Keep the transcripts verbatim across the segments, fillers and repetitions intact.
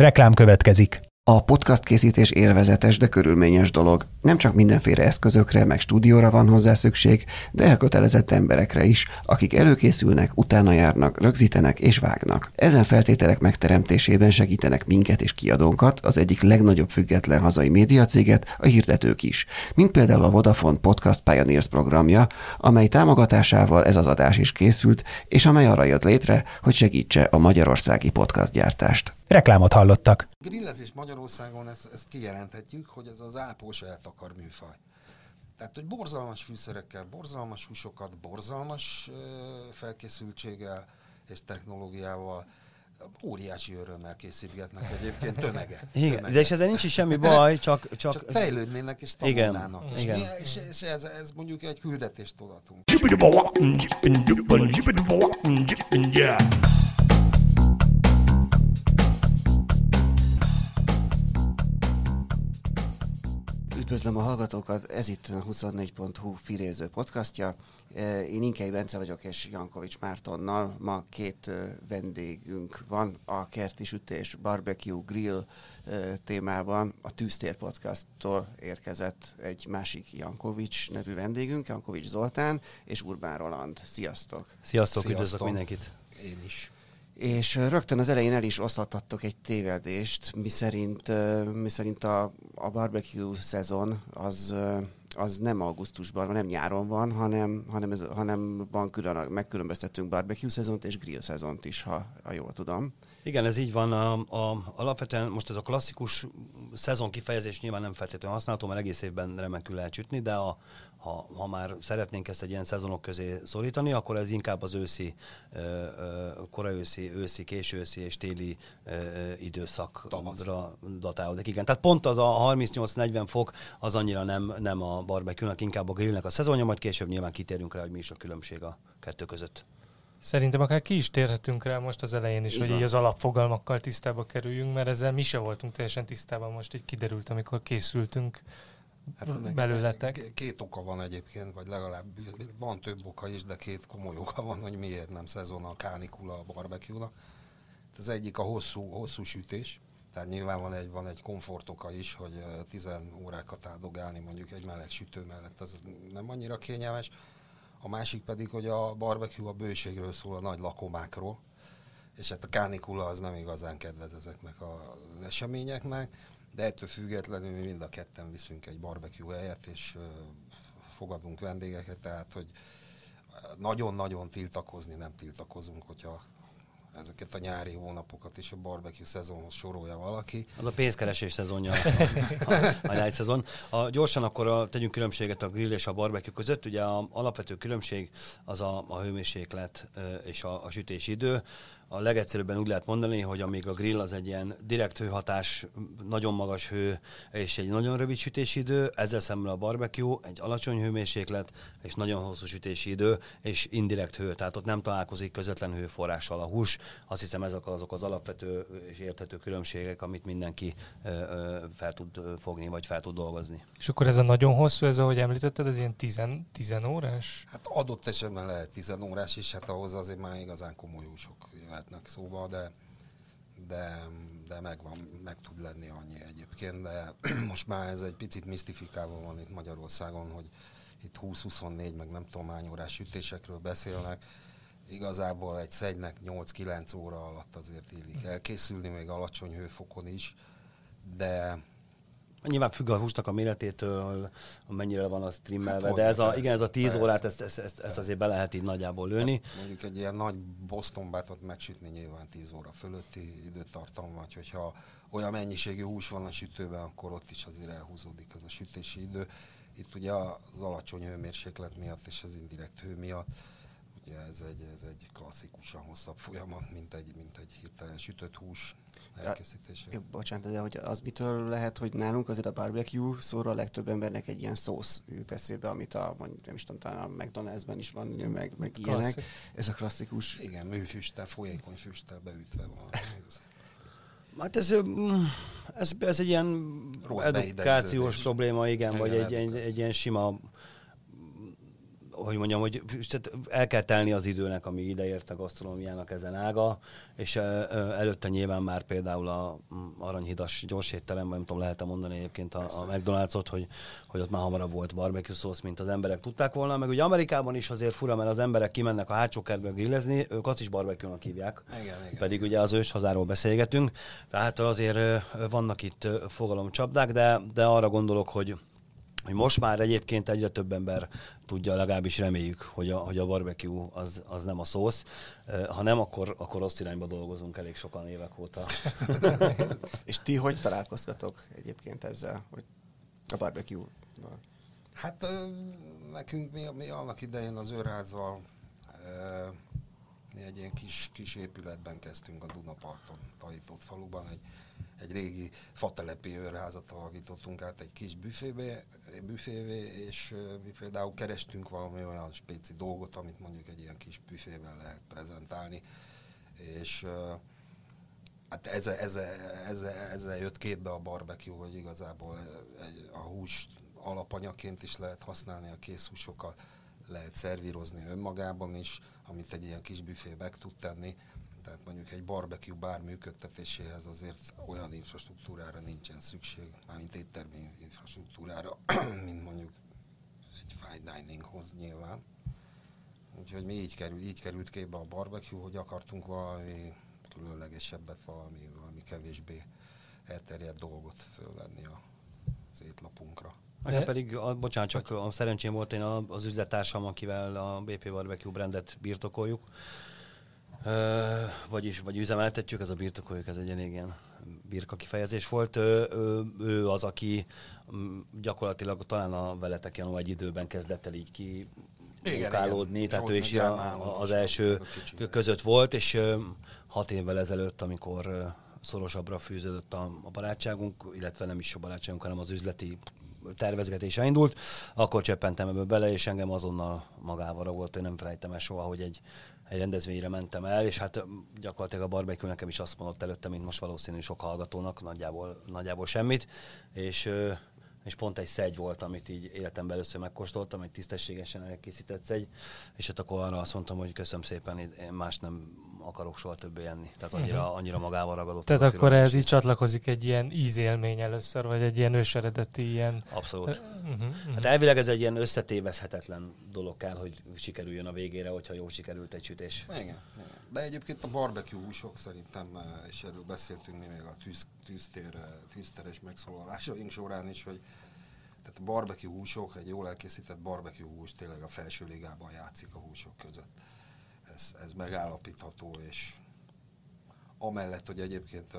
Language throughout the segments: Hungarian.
Reklám következik. A podcast készítés élvezetes, de körülményes dolog. Nem csak mindenféle eszközökre, meg stúdióra van hozzá szükség, de elkötelezett emberekre is, akik előkészülnek, utána járnak, rögzítenek és vágnak. Ezen feltételek megteremtésében segítenek minket és kiadónkat, az egyik legnagyobb független hazai médiacéget, a hirdetők is. Mint például a Vodafone Podcast Pioneers programja, amely támogatásával ez az adás is készült, és amely arra jött létre, hogy segítse a magyarországi podcastgyártást. Reklámot hallottak. Grillezés Magyarországon, ezt, ezt kijelenthetjük, hogy ez az ápós eltakar műfaj. Tehát, hogy borzalmas fűszerekkel, borzalmas húsokat, borzalmas ö, felkészültséggel és technológiával óriási örömmel készítgetnek egyébként tömegek. Igen, tömegek. de és ezzel nincs is semmi baj, csak... Csak, csak fejlődnének és tanulnának. Igen, és, igen. Mi, és, és ez, ez mondjuk egy küldetést tudatunk. Üdvözlöm a hallgatókat, ez itt a huszonnégy pont hu filéző podcastja. Én Inkei Bence vagyok, és Jankovics Mártonnal. Ma két vendégünk van a kerti sütés, barbecue, grill témában. A Tűztér podcasttól érkezett egy másik Jankovics nevű vendégünk, Jankovics Zoltán és Urbán Roland. Sziasztok! Sziasztok, Sziasztok. üdvözlök mindenkit! Én is. És rögtön az elején el is oszlattattok egy tévedést, miszerint, miszerint a, a barbecue szezon az, az nem augusztusban, nem nyáron van, hanem, hanem, ez, hanem van külön, megkülönböztetünk barbecue szezont és grill szezont is, ha, ha jól tudom. Igen, ez így van. A, a, alapvetően most ez a klasszikus szezon kifejezés nyilván nem feltétlenül használható, mert egész évben remekül lehet sütni, de a, ha, ha már szeretnénk ezt egy ilyen szezonok közé szorítani, akkor ez inkább az őszi, koraőszi, őszi, későszi és téli időszakra datálódik. Igen, tehát pont az a harmincnyolc-negyven fok az annyira nem, nem a barbecue-nak, inkább a grillnek a szezonja, majd később nyilván kitérünk rá, hogy mi is a különbség a kettő között. Szerintem akár ki is térhetünk rá most az elején is, így hogy van. így az alapfogalmakkal tisztába kerüljünk, mert ezzel mi se voltunk teljesen tisztában, most így kiderült, amikor készültünk Hát belőletek. Két oka van egyébként, vagy legalább van több oka is, de két komoly oka van, hogy miért nem szezon a kánikula a barbecue-nak. Az egyik a hosszú, hosszú sütés, tehát nyilván van egy, van egy komfort oka is, hogy tíz órákat áldogálni mondjuk egy meleg sütő mellett, az nem annyira kényelmes. A másik pedig, hogy a barbecue a bőségről szól, a nagy lakomákról, és hát a kánikula az nem igazán kedvez ezeknek az eseményeknek, de ettől függetlenül mi mind a ketten viszünk egy barbecue helyet, és uh, fogadunk vendégeket, tehát hogy nagyon-nagyon tiltakozni nem tiltakozunk, hogyha ezeket a nyári hónapokat is a barbecue szezonhoz sorolja valaki. Az a pénzkeresés szezonja, a, a, a nyári szezon. A, gyorsan akkor a, tegyünk különbséget a grill és a barbecue között. Ugye a alapvető különbség az a, a hőmérséklet és a, a sütési idő. A legegyszerűbben úgy lehet mondani, hogy amíg a grill az egy ilyen direkt hőhatás, nagyon magas hő és egy nagyon rövid sütési idő, ezzel szemben a barbecue egy alacsony hőmérséklet és nagyon hosszú sütési idő és indirekt hő, tehát ott nem találkozik közvetlen hőforrással a hús. Azt hiszem ezek azok az alapvető és érthető különbségek, amit mindenki ö, ö, fel tud fogni vagy fel tud dolgozni. És akkor ez a nagyon hosszú, ez ahogy említetted, ez ilyen tíz órás? Hát adott esetben lehet tíz órás is, hát ahhoz azért már igazán komoly húsok jöhetnek szóba, de, de, de megvan, meg tud lenni annyi egyébként, de most már ez egy picit misztifikálva van itt Magyarországon, hogy itt húsz-huszonnégy, meg nem tudom hány órás sütésekről beszélnek. Igazából egy szegynek nyolc-kilenc óra alatt azért illik elkészülni, még alacsony hőfokon is, de Nyilván függ a húsnak a méretétől, mennyire van az trimmelve, hát de ez a, persze, igen, ez a tíz persze. órát, ezt, ezt, ezt, ezt azért be lehet így nagyjából lőni. Hát mondjuk egy ilyen nagy bostonbátot megsütni nyilván tíz óra fölötti időtartam, vagy hogyha olyan mennyiségű hús van a sütőben, akkor ott is azért elhúzódik ez a sütési idő. Itt ugye az alacsony hőmérséklet miatt és az indirekt hő miatt, ugye ez egy, ez egy klasszikusan hosszabb folyamat, mint egy, mint egy hirtelen sütött hús elkészítése. Ja, bocsánat, de hogy az mitől lehet, hogy nálunk azért a barbecue szóra a legtöbb embernek egy ilyen szósz jut eszébe, amit a, mondjuk, nem is tudom, talán a McDonald'sben is van, meg, meg ilyenek. Klasszik. Ez a klasszikus. Igen, műfüsttel, folyékony füsttel beütve van. Hát ez, ez, ez egy ilyen Rossz edukációs beidegződés. probléma, igen, Igen, vagy egy, egy, edukáció. egy ilyen sima hogy mondjam, hogy el kell telni az időnek, amíg ideért a gasztronómiának ezen ága, és előtte nyilván már például a Aranyhidas gyorsétteremben, nem tudom, lehet-e mondani egyébként a, a McDonald's-ot, hogy, hogy ott már hamarabb volt barbecue szósz, mint az emberek tudták volna, meg ugye Amerikában is azért fura, mert az emberek kimennek a hátsó kertbe grillezni, ők azt is barbecue-nak hívják, igen, igen. Pedig ugye az őshazáról beszélgetünk, tehát azért vannak itt fogalomcsapdák, de, de arra gondolok, hogy hogy most már egyébként egyre több ember tudja, legalábbis reméljük, hogy a, hogy a barbecue az, az nem a szósz. Ha nem, akkor, akkor rossz irányba dolgozunk elég sokan évek óta. És ti hogy találkoztatok egyébként ezzel, hogy a barbecue-val? Hát nekünk mi, mi annak idején az őrházzal mi egy ilyen kis, kis épületben kezdtünk a Dunaparton, Tajított faluban, egy egy régi fatelepi őrházat alakítottunk át egy kis büfébe, büfévé, és mi például kerestünk valami olyan spéci dolgot, amit mondjuk egy ilyen kis büfében lehet prezentálni, és hát ezzel, ezzel, ezzel, ezzel jött képbe a barbecue, hogy igazából egy, a húst alapanyagként is lehet használni, a készhúsokat lehet szervírozni önmagában is, amit egy ilyen kis büfé meg tud tenni. Tehát mondjuk egy barbecue bár működtetéséhez azért olyan infrastruktúrára nincsen szükség, mármint éttermi infrastruktúrára, mint mondjuk egy fine dininghoz nyilván. Úgyhogy mi így, kerül, így került képbe a barbecue, hogy akartunk valami különlegesebbet, valami, valami kevésbé elterjedt dolgot fölvenni az étlapunkra. De... pedig, a, bocsánat, csak a szerencsém volt, én az üzlettársam, akivel a bé pé Barbecue brandet birtokoljuk, Uh, vagyis, vagy üzemeltetjük, ez a birtokoljuk, ez egy elég ilyen birka kifejezés volt. Ő, ő, ő az, aki gyakorlatilag talán a veletek Janó egy időben kezdett el így ki munkálódni, tehát ő is a, az első között volt, és hat évvel ezelőtt, amikor szorosabbra fűződött a, a barátságunk, illetve nem is a barátságunk, hanem az üzleti tervezgetés indult, akkor cseppentem ebből bele, és engem azonnal magával ragolt, én nem felejtem el soha, hogy egy egy rendezvényre mentem el, és hát gyakorlatilag a barbecue nekem is azt mondott előtte, mint most valószínű sok hallgatónak, nagyjából, nagyjából semmit, és, és pont egy szegy volt, amit így életemben először megkóstoltam, egy tisztességesen elkészített szegy, és hát akkor arra azt mondtam, hogy köszönöm szépen, én más nem akarok soha többé enni. Tehát annyira, annyira magával ragadott. Tehát akkor ez így csatlakozik egy ilyen ízélmény először, vagy egy ilyen őseredeti ilyen... Abszolút. Uh-huh, uh-huh. Hát elvileg ez egy ilyen összetévezhetetlen dolog kell, hogy sikerüljön a végére, hogyha jól sikerült egy sütés. Igen, igen. De egyébként a barbecue húsok szerintem, és erről beszéltünk mi még a tűz, tűztér, tűzteres megszólalásaink során is, hogy tehát a barbecue húsok, egy jól elkészített barbecue hús tényleg a felső ligában játszik a húsok között. Ez, ez megállapítható, és amellett, hogy egyébként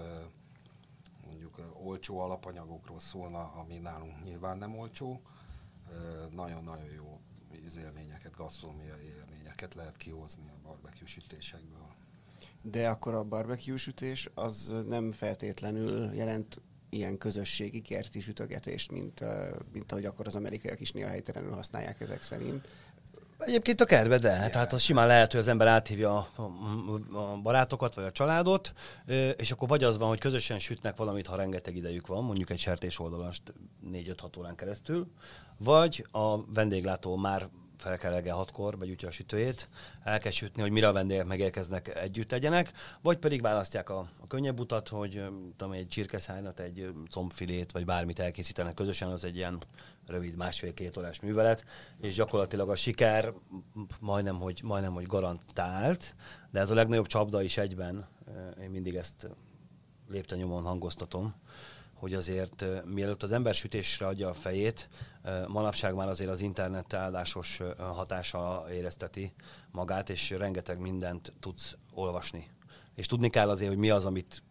mondjuk olcsó alapanyagokról szólna, ami nálunk nyilván nem olcsó, nagyon-nagyon jó ízélményeket, gasztronómiai élményeket lehet kihozni a barbecue sütésekből. De akkor a barbecue sütés az nem feltétlenül jelent ilyen közösségi kerti sütögetést, mint, mint ahogy akkor az amerikaiak is néha helytelenül használják ezek szerint. Egyébként a kertbe, de. Yeah. Tehát az simán lehet, hogy az ember áthívja a, a barátokat, vagy a családot, és akkor vagy az van, hogy közösen sütnek valamit, ha rengeteg idejük van, mondjuk egy sertés oldalast négy-öt-hat órán keresztül, vagy a vendéglátó már fel kell reggel hatkor, begyújtja a sütőjét, el kell sütni, hogy mire a vendégek megérkeznek, együtt tegyenek, vagy pedig választják a, a könnyebb utat, hogy tudom, egy csirkeszájnat, egy combfilét, vagy bármit elkészítenek közösen, az egy ilyen rövid másfél-két órás művelet, és gyakorlatilag a siker majdnem hogy, majdnem, hogy garantált, de ez a legnagyobb csapda is egyben, én mindig ezt lépten-nyomon hangoztatom, hogy azért mielőtt az ember sütésre adja a fejét, manapság már azért az internet áldásos hatása érezteti magát, és rengeteg mindent tudsz olvasni. És tudni kell azért, hogy mi az, amit,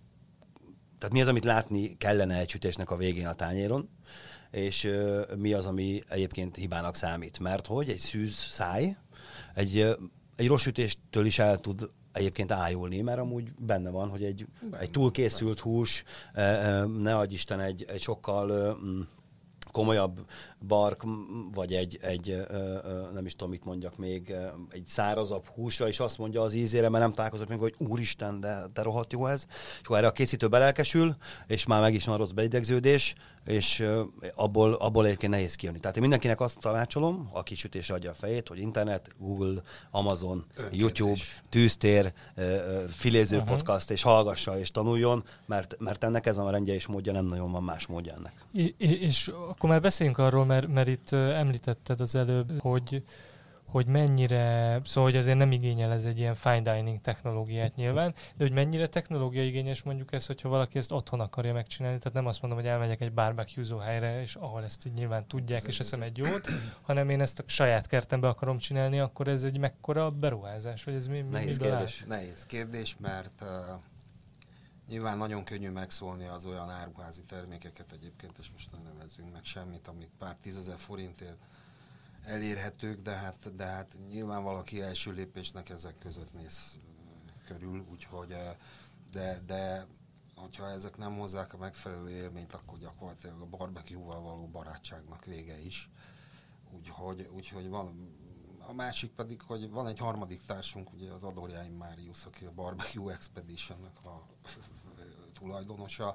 tehát mi az, amit látni kellene egy sütésnek a végén a tányéron, és mi az, ami egyébként hibának számít. Mert hogy egy szűz száj, egy, egy rossz sütéstől is el tud egyébként ájulni, mert amúgy benne van, hogy egy, egy túlkészült hús, ne adj Isten, egy, egy sokkal komolyabb bark, vagy egy, egy nem is tudom, mit mondjak még, egy szárazabb húsra, és azt mondja az ízére, mert nem találkozott még, hogy úristen, de, de rohadt jó ez. És akkor erre a készítő belelkesül, és már meg is van rossz beidegződés, és abból, abból egyébként nehéz kijönni. Tehát én mindenkinek azt tanácsolom, aki sütésre adja a fejét, hogy internet, Google, Amazon, Önképzés. YouTube, tűztér, filéző uh-huh. podcast, és hallgassa és tanuljon, mert, mert ennek ez a rendje és módja, nem nagyon van más módja ennek. I- és akkor már beszéljünk arról, mert, mert itt említetted az előbb, hogy hogy mennyire, szóval hogy azért nem igényel ez egy ilyen fine dining technológiát nyilván, de hogy mennyire technológia igényes mondjuk ez, hogyha valaki ezt otthon akarja megcsinálni, tehát nem azt mondom, hogy elmegyek egy barbecue helyre, és ahol ezt így nyilván tudják, és eszem egy jót, hanem én ezt a saját kertembe akarom csinálni, akkor ez egy mekkora beruházás, vagy ez mi, mi Nehéz miből kérdés. áll? Nehéz kérdés, mert uh, nyilván nagyon könnyű megszólni az olyan áruházi termékeket egyébként, és most nem nevezzünk meg semmit, amik pár tízezer forintért elérhetők, de hát, de hát nyilván valaki első lépésnek ezek között néz körül, úgyhogy de, de hogyha ezek nem hozzák a megfelelő élményt, akkor gyakorlatilag a barbecue-val való barátságnak vége is. Úgyhogy, úgyhogy van, a másik pedig, hogy van egy harmadik társunk, ugye az Adorjány Máriusz, aki a Barbecue Expedition-nek a tulajdonosa,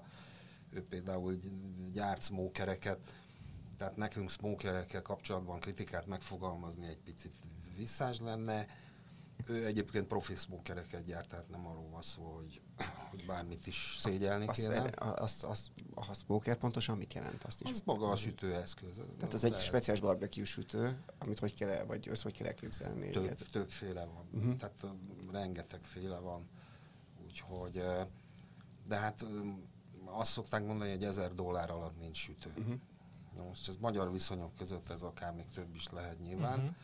ő például gyárt smokereket, tehát nekünk smokerekkel kapcsolatban kritikát megfogalmazni egy picit visszás lenne. Ő egyébként profi smokereket gyárt, tehát nem arról van szó, hogy, hogy bármit is szégyelni azt, kéne. azt, azt, a smoker pontosan mit jelent? Azt is. Az maga a sütőeszköz. Tehát ez egy speciális barbecue sütő, amit hogy kell, vagy össze hogy kell elképzelni? Több, többféle van. Uh-huh. Tehát uh, rengetegféle van. Úgyhogy, uh, de hát um, azt szokták mondani, hogy ezer dollár alatt nincs sütő. Uh-huh. Na most ez magyar viszonyok között ez akár még több is lehet nyilván, uh-huh.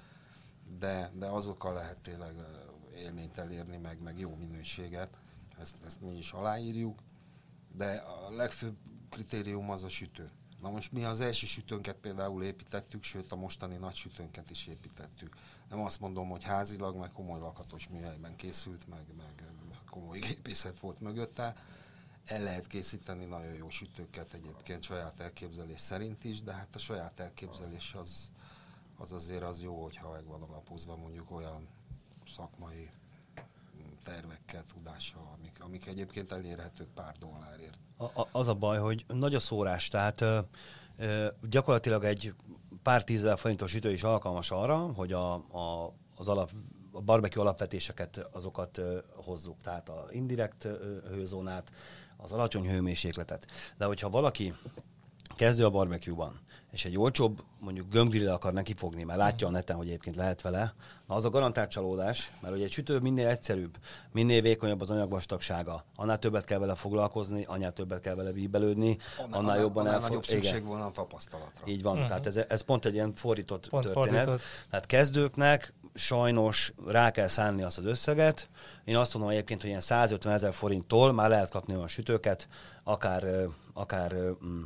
de, de azokkal lehet tényleg élményt elérni, meg, meg jó minőséget, ezt, ezt mi is aláírjuk, de a legfőbb kritérium az a sütő. Na most mi az első sütőnket például építettük, sőt a mostani nagy sütőnket is építettük. Nem azt mondom, hogy házilag, meg komoly lakatos műhelyben készült, meg, meg komoly gépészet volt mögötte. El lehet készíteni nagyon jó sütőket egyébként saját elképzelés szerint is, de hát a saját elképzelés az, az azért az jó, hogyha meg van alapozva mondjuk olyan szakmai tervekkel, tudással, amik, amik egyébként elérhetők pár dollárért. A, a, az a baj, hogy nagy a szórás, tehát ö, ö, gyakorlatilag egy pár tízezer forintos sütő is alkalmas arra, hogy a, a, az alap, a barbecue alapvetéseket azokat ö, hozzuk, tehát a indirekt ö, hőzónát, az alacsony hőmérsékletet. De hogyha valaki kezdő a barbecue-ban, és egy olcsóbb, mondjuk gömbgrillel akar neki fogni, mert látja a neten, hogy egyébként lehet vele, na az a garantált csalódás, mert ugye egy sütő minél egyszerűbb, minél vékonyabb az anyagvastagsága, annál többet kell vele foglalkozni, annál többet kell vele bíbelődni, annál, annál jobban annál elfog... nagyobb szükség volna a tapasztalatra. Így van, uh-huh. Tehát ez, ez pont egy ilyen fordított Pont történet. fordított. Tehát kezdőknek sajnos rá kell szánni azt az összeget. Én azt mondom egyébként, hogy ilyen százötven ezer forinttól már lehet kapni olyan sütőket, akár, akár mm,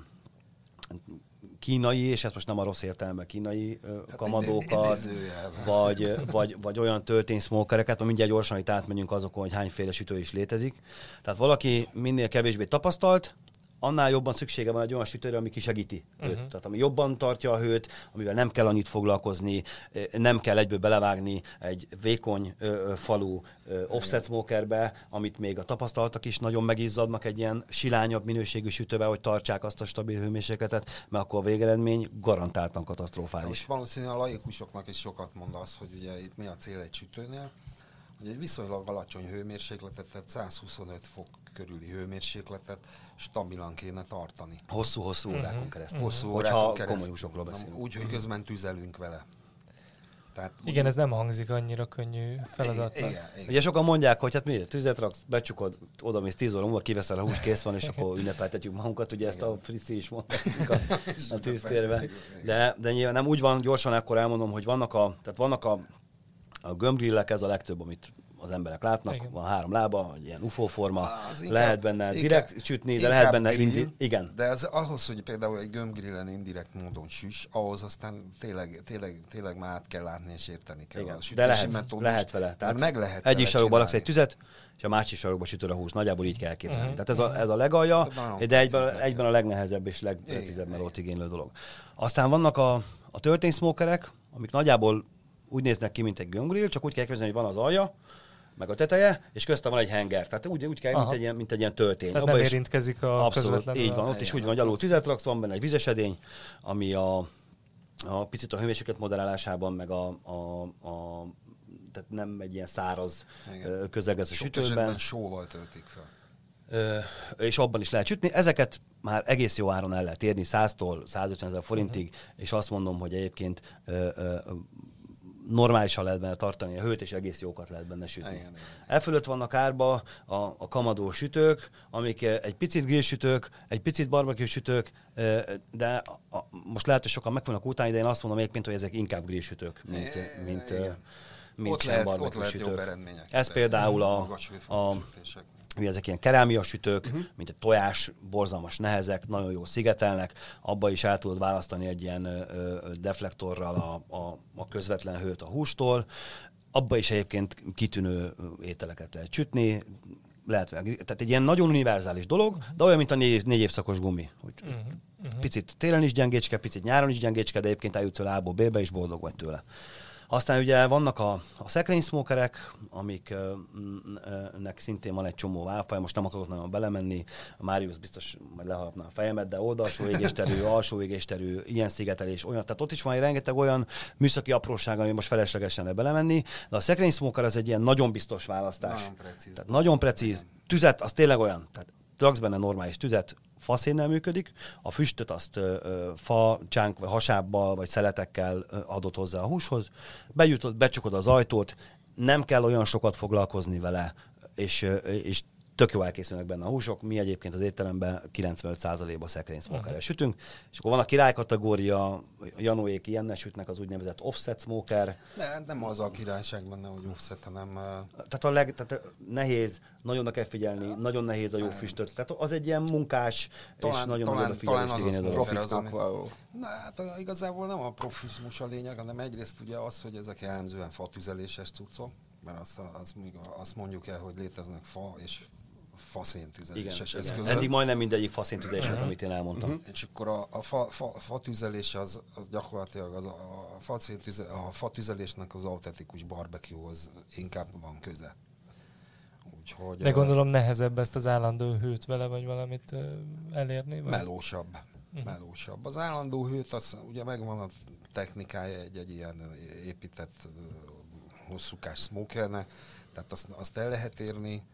kínai, és ezt most nem a rossz értelemben kínai hát kamadókat, vagy, vagy, vagy olyan történt smokereket, mert mindjárt gyorsan itt átmenjünk azokon, hogy hányféle sütő is létezik. Tehát valaki minél kevésbé tapasztalt, annál jobban szüksége van egy olyan sütőre, ami kisegíti uh-huh. őt. Tehát ami jobban tartja a hőt, amivel nem kell annyit foglalkozni, nem kell egyből belevágni egy vékony ö, falu ö, offset smokerbe, amit még a tapasztaltak is nagyon megizzadnak egy ilyen silányabb minőségű sütőbe, hogy tartsák azt a stabil hőmérsékletet, mert akkor a végeredmény garantáltan katasztrofális. Most valószínűleg a laikusoknak is sokat mond az, hogy ugye itt mi a cél egy sütőnél, hogy egy viszonylag alacsony hőmérsékletet, tehát százhuszonöt fok körüli hőmérsékletet stabilan kéne tartani. Hosszú-hosszú uh-huh. órákon keresztül. Hosszú Hogyha órákon keresztül. komoly húsokról beszélünk. Úgy, hogy közben tüzelünk vele. Tehát, igen, ez nem hangzik annyira könnyű feladatnak. Igen, igen, igen. Ugye sokan mondják, hogy hát mi, tüzet raksz, becsukod, oda mész tíz óra múlva, kiveszel a hús, kész van, és akkor ünnepeltetjük magunkat. Ugye ezt a Frici is mondta a, a tűztérbe. De, de nyilván nem úgy van, gyorsan akkor elmondom, hogy vannak a, tehát vannak a, a gömbgrillek, ez a legtöbb, amit az emberek látnak, igen. Van három lába, egy ilyen u f o forma, inkább, lehet benne inkább, direkt sütni, de lehet benne grill, indi- igen. De az, ahhoz, hogy például egy gömbgrillen indirekt módon süss, ahhoz aztán tényleg, tényleg, tényleg már át kell látni és érteni kell igen. a sütési de lehet, metódust. lehet vele. Tehát meg lehet egyik sarokban laksz egy tüzet, és a másik sarokban sütöd a hús. Nagyjából így kell képzelni. Uh-huh. Tehát ez a, ez a legalja, de, de egyben, egyben a legnehezebb és legprecízebb melót igénylő dolog. Aztán vannak a, a történt smokerek, amik nagyjából úgy néznek ki, mint egy gömbgrill, csak úgy kell képzelni, hogy van az alja, meg a teteje, és köztem van egy henger. Tehát úgy, úgy kell, mint egy, ilyen, mint egy ilyen töltény. Tehát Abba nem is, érintkezik a abszolút, így van. Ott is úgy van, hogy alul tüzet raksz, van benne egy vizesedény, ami a, a picit a hőmérséklet modellálásában, meg a, a, a tehát nem egy ilyen száraz közeg ez a Sok sütőben. esetben sóval töltik fel. Ö, és abban is lehet sütni. Ezeket már egész jó áron el lehet érni, száztól százötvenezer forintig, uh-huh. és azt mondom, hogy egyébként ö, ö, normálisan lehet benne tartani a hőt, és egész jókat lehet benne sütni. Elfölött vannak árba a, a kamadó sütők, amik egy picit grillsütők, egy picit barbecue sütők, de a, a, most lehet, hogy sokan meg fognak utálni, de én azt mondom egyébként, hogy ezek inkább grillsütők, mint, mint, mint, mint ott sem lehet, barbecue ott lehet sütők. jobb eredmények. Ez például a, a ugye ezek ilyen kerámia sütők, uh-huh. mint a tojás, borzalmas nehezek, nagyon jól szigetelnek, abba is el tudod választani egy ilyen ö, ö, deflektorral a, a, a közvetlen hőt a hústól. Abba is egyébként kitűnő ételeket lehet sütni, lehet, tehát egy ilyen nagyon univerzális dolog, de olyan, mint a négy, négy évszakos gumi. Hogy uh-huh. Uh-huh. Picit télen is gyengécske, picit nyáron is gyengécske, de egyébként eljutsz el A-ból B-be, és boldog vagy tőle. Aztán ugye vannak a, a szekrényszmókerek, amiknek szintén van egy csomó válfaj, most nem akarok nagyon belemenni, a Máriusz biztos majd leharapná a fejemet, de oldalsó égésterű, alsó égésterű, ilyen szigetelés, olyan, tehát ott is van egy rengeteg olyan műszaki apróság, ami most feleslegesen belemenni, de a szekrényszmóker az egy ilyen nagyon biztos választás. Nagyon precíz. Tehát nagyon precíz, tüzet, az tényleg olyan, tehát raksz benne normális tüzet, faszénnel működik, a füstöt azt ö, ö, fa, csánk, vagy hasábbal, vagy szeletekkel ö, adott hozzá a húshoz, bejutod, becsukod az ajtót, nem kell olyan sokat foglalkozni vele, és, ö, és tök jó elkészülnek benne a húsok. Mi egyébként az étteremben kilencvenöt százalékban szekrényszmókerrel uh-huh. sütünk, és akkor van a király kategória, Janóék ilyennel sütnek, az úgynevezett offset smoker. Ne, nem az a királyság benne, hogy offset, hanem... Tehát, a leg, tehát nehéz, nagyon kell figyelni, nagyon nehéz a jó füstöt. Tehát az egy ilyen munkás, talán, és nagyon talán, talán az az profitnak való. Na, hát igazából nem a profizmus a lényeg, hanem egyrészt ugye az, hogy ezek jellemzően fatüzeléses cuccok, mert azt, azt, azt mondjuk el, hogy léteznek fa és faszéntüzeléses eszközök. Eddig majdnem mindegyik faszéntüzelés, uh-huh. amit én elmondtam. Uh-huh. És akkor a, a fa, fa, fatüzelés az, az gyakorlatilag az, a, facéntüze, a fatüzelésnek az autentikus barbecuehoz inkább van köze. Úgyhogy, de gondolom nehezebb ezt az állandó hőt vele, vagy valamit uh, elérni? Vagy? Melósabb. Uh-huh. Melósabb. Az állandó hőt, az ugye megvan a technikája egy, egy ilyen épített uh, hosszúkás smokernek, tehát azt, azt el lehet érni,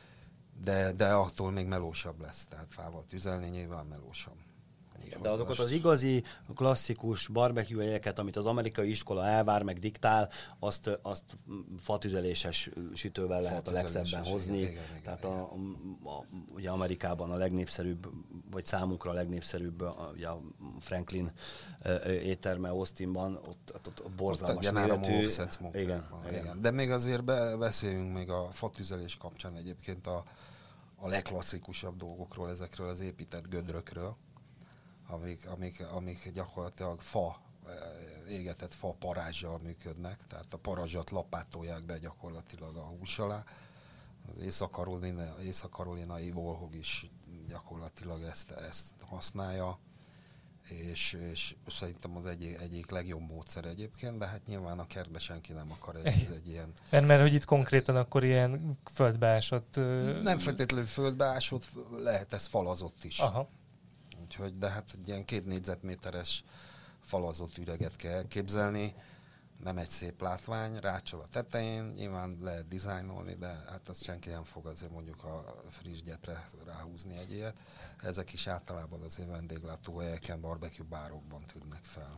De, de attól még melósabb lesz, tehát fával tüzelni nyilván melósabb. Igen, de azokat az igazi, klasszikus barbecue helyeket, amit az amerikai iskola elvár, meg diktál, azt, azt fatüzeléses sütővel lehet a legszebben hozni. Igen, igen, igen, tehát a, a, a, ugye Amerikában a legnépszerűbb, vagy számunkra a legnépszerűbb a, ugye a Franklin étterme Austinban, ott, ott, ott borzalmas ott méretű. Igen, igen. igen. De még azért be, beszéljünk még a fatüzelés kapcsán egyébként a, a legklasszikusabb dolgokról, ezekről az épített gödrökről, amik, amik, amik gyakorlatilag fa, égetett fa parázsjal működnek, tehát a parazsat lapátolják be gyakorlatilag a hús alá. Az észak-karolinai, észak-karolinai Volhog is gyakorlatilag ezt, ezt használja, és, és szerintem az egyik, egyik legjobb módszer egyébként, de hát nyilván a kertbe senki nem akar egy, egy ilyen... Mert, mert hogy itt konkrétan akkor ilyen földbeásott... Nem feltétlenül földbeásott, lehet ez falazott is. Aha. Úgyhogy, de hát egy ilyen két négyzetméteres falazott üreget kell elképzelni, nem egy szép látvány, rácsol a tetején, nyilván lehet dizájnolni, de hát azt senki nem fog azért mondjuk a friss gyepre ráhúzni egy ilyet. Ezek is általában azért vendéglátóhelyeken, barbecue bárokban tűnnek fel.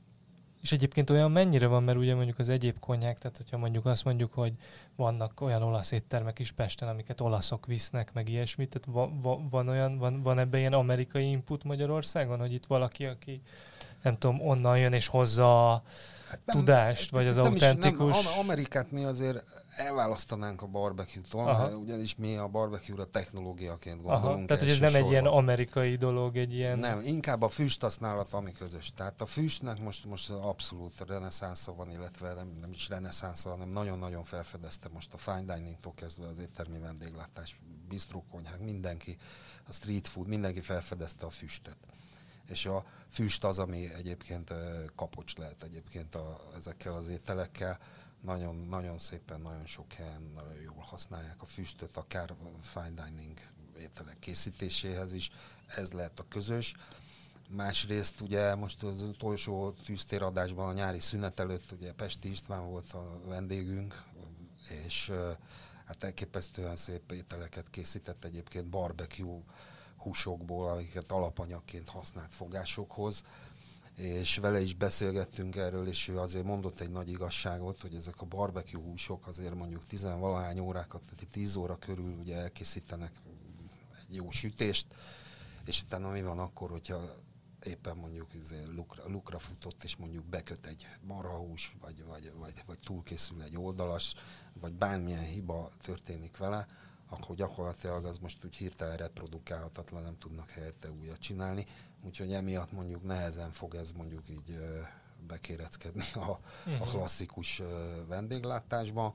És egyébként olyan mennyire van, mert ugye mondjuk az egyéb konyhák, tehát hogyha mondjuk azt mondjuk, hogy vannak olyan olasz éttermek is Pesten, amiket olaszok visznek, meg ilyesmi, tehát va, va, van olyan, van, van ebben ilyen amerikai input Magyarországon, hogy itt valaki, aki nem tudom, onnan jön és hozza a hát nem, tudást, vagy az nem autentikus... Is, nem, Amerikát mi azért elválasztanánk a barbecue-tól, ugyanis mi a barbecue-ra technológiaként gondolunk. Aha, tehát, hogy ez nem egy ilyen amerikai dolog, egy ilyen... Nem, inkább a füst használat, ami közös. Tehát a füstnek most, most abszolút reneszánsza van, illetve nem, nem is reneszánsza, hanem nagyon-nagyon felfedezte most a fine dining-tól kezdve az éttermi vendéglátás, bistrókonyhák, mindenki, a street food, mindenki felfedezte a füstöt. És a füst az, ami egyébként kapocs lehet egyébként a, ezekkel az ételekkel, nagyon, nagyon szépen, nagyon sok helyen nagyon jól használják a füstöt, akár fine dining ételek készítéséhez is. Ez lehet a közös. Másrészt ugye most az utolsó tűztéradásban a nyári szünet előtt ugye Pesti István volt a vendégünk, és hát elképesztően szép ételeket készített egyébként barbecue húsokból, amiket alapanyagként használt fogásokhoz, és vele is beszélgettünk erről, és ő azért mondott egy nagy igazságot, hogy ezek a barbecue húsok azért mondjuk tizenvalahány órákat, tehát tíz óra körül ugye elkészítenek egy jó sütést, és utána mi van akkor, hogyha éppen mondjuk lukra, lukra futott, és mondjuk beköt egy marhahús, vagy, vagy, vagy, vagy túlkészül egy oldalas, vagy bármilyen hiba történik vele, akkor gyakorlatilag az most úgy hirtelen reprodukálhatatlan, nem tudnak helyette újat csinálni. Úgyhogy emiatt mondjuk nehezen fog ez mondjuk így ö, bekéreckedni a, uh-huh. a klasszikus ö, vendéglátásba,